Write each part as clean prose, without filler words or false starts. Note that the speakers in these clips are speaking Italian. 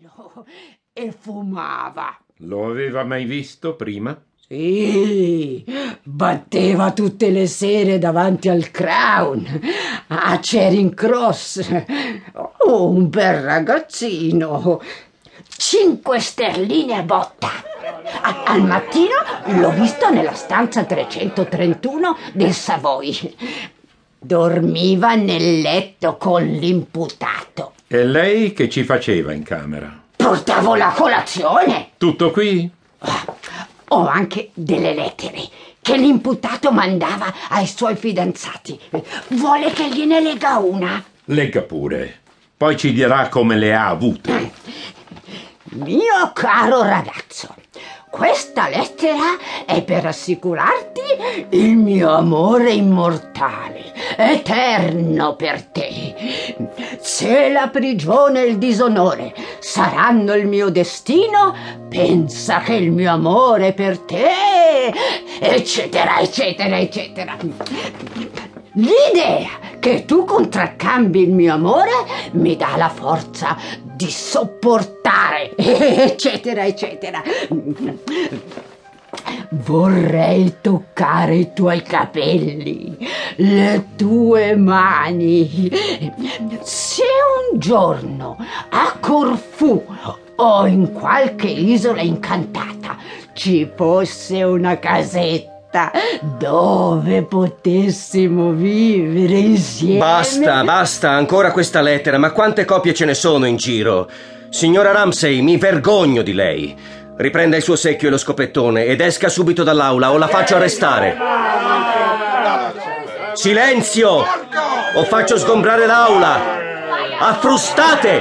bello e fumava. Lo aveva mai visto prima? Sì, batteva tutte le sere davanti al Crown, a Charing Cross. Oh, un bel ragazzino. 5 sterline a botta. Al mattino l'ho visto nella stanza 331 del Savoy. Dormiva nel letto con l'imputato. E lei che ci faceva in camera? Portavo la colazione. Tutto qui? Ho anche delle lettere che l'imputato mandava ai suoi fidanzati. Vuole che gliene legga una? Legga pure. Poi ci dirà come le ha avute. Mio caro ragazzo, questa lettera è per assicurarti il mio amore immortale, eterno per te. Se la prigione e il disonore saranno il mio destino, pensa che il mio amore per te, eccetera, eccetera, eccetera. L'idea che tu contraccambi il mio amore mi dà la forza di sopportare, eccetera, eccetera. Vorrei toccare i tuoi capelli, le tue mani. Se un giorno a Corfù o in qualche isola incantata ci fosse una casetta dove potessimo vivere insieme. Basta, ancora questa lettera, ma quante copie ce ne sono in giro? Signora Ramsay, mi vergogno di lei. Riprenda il suo secchio e lo scopettone ed esca subito dall'aula o la faccio arrestare. Silenzio! O faccio sgombrare l'aula! Affrustate!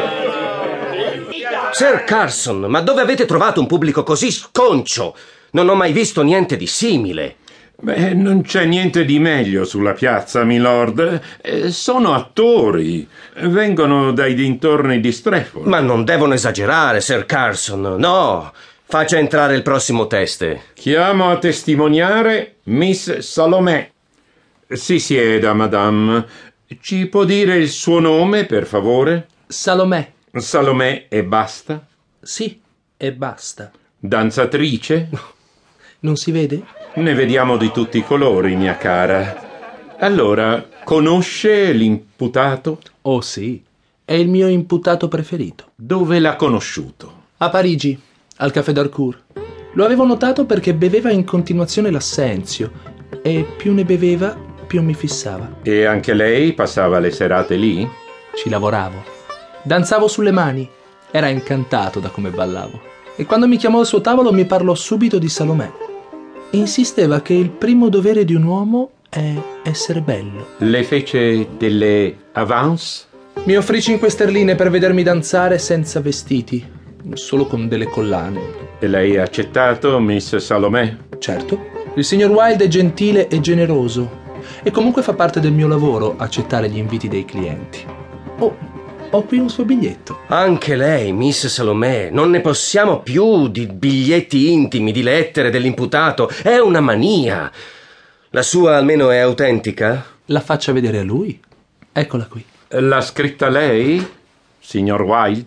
Sir Carson, ma dove avete trovato un pubblico così sconcio? Non ho mai visto niente di simile. Beh, non c'è niente di meglio sulla piazza, milord. Sono attori. Vengono dai dintorni di Stratford. Ma non devono esagerare, Sir Carson. No! Faccia entrare il prossimo teste. Chiamo a testimoniare Miss Salomè. Si sieda, madame. Ci può dire il suo nome, per favore? Salomè. Salomè e basta? Sì, e basta. Danzatrice? Non si vede? Ne vediamo di tutti i colori, mia cara. Allora, conosce l'imputato? Oh sì, è il mio imputato preferito. Dove l'ha conosciuto? A Parigi, al Café d'Harcourt. Lo avevo notato perché beveva in continuazione l'assenzio e più ne beveva, più mi fissava. E anche lei passava le serate lì? Ci lavoravo. Danzavo sulle mani. Era incantato da come ballavo. E quando mi chiamò al suo tavolo mi parlò subito di Salomè. Insisteva che il primo dovere di un uomo è essere bello. Le fece delle avance? Mi offrì 5 sterline per vedermi danzare senza vestiti, solo con delle collane. E lei ha accettato, Miss Salomè? Certo, il signor Wilde è gentile e generoso e comunque fa parte del mio lavoro accettare gli inviti dei clienti. Oh, ho qui un suo biglietto. Anche lei, Miss Salomè, non ne possiamo più di biglietti intimi, di lettere dell'imputato. È una mania. La sua almeno è autentica? La faccia vedere a lui. Eccola qui. L'ha scritta lei, signor Wilde?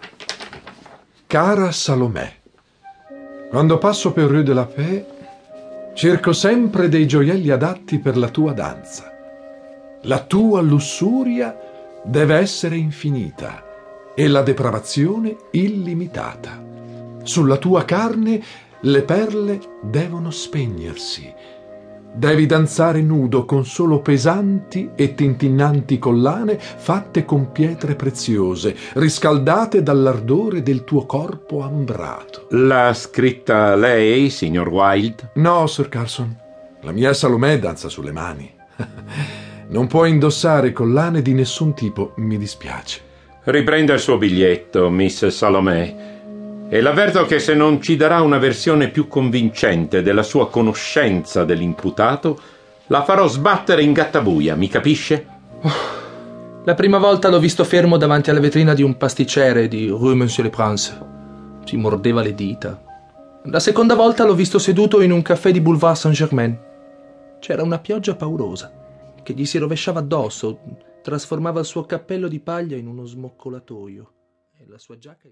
Cara Salomè, quando passo per Rue de la Paix cerco sempre dei gioielli adatti per la tua danza. La tua lussuria deve essere infinita e la depravazione illimitata. Sulla tua carne le perle devono spegnersi. Devi danzare nudo con solo pesanti e tintinnanti collane fatte con pietre preziose, riscaldate dall'ardore del tuo corpo ambrato. L'ha scritta lei, signor Wilde? No, Sir Carson. La mia Salomè danza sulle mani. Non può indossare collane di nessun tipo, mi dispiace. Riprenda il suo biglietto, Miss Salomè, e l'avverto che se non ci darà una versione più convincente della sua conoscenza dell'imputato, la farò sbattere in gattabuia, mi capisce? La prima volta l'ho visto fermo davanti alla vetrina di un pasticcere di Rue Monsieur le Princes. Si mordeva le dita. La seconda volta l'ho visto seduto in un caffè di Boulevard Saint-Germain. C'era una pioggia paurosa che gli si rovesciava addosso, trasformava il suo cappello di paglia in uno smoccolatoio e la sua giacca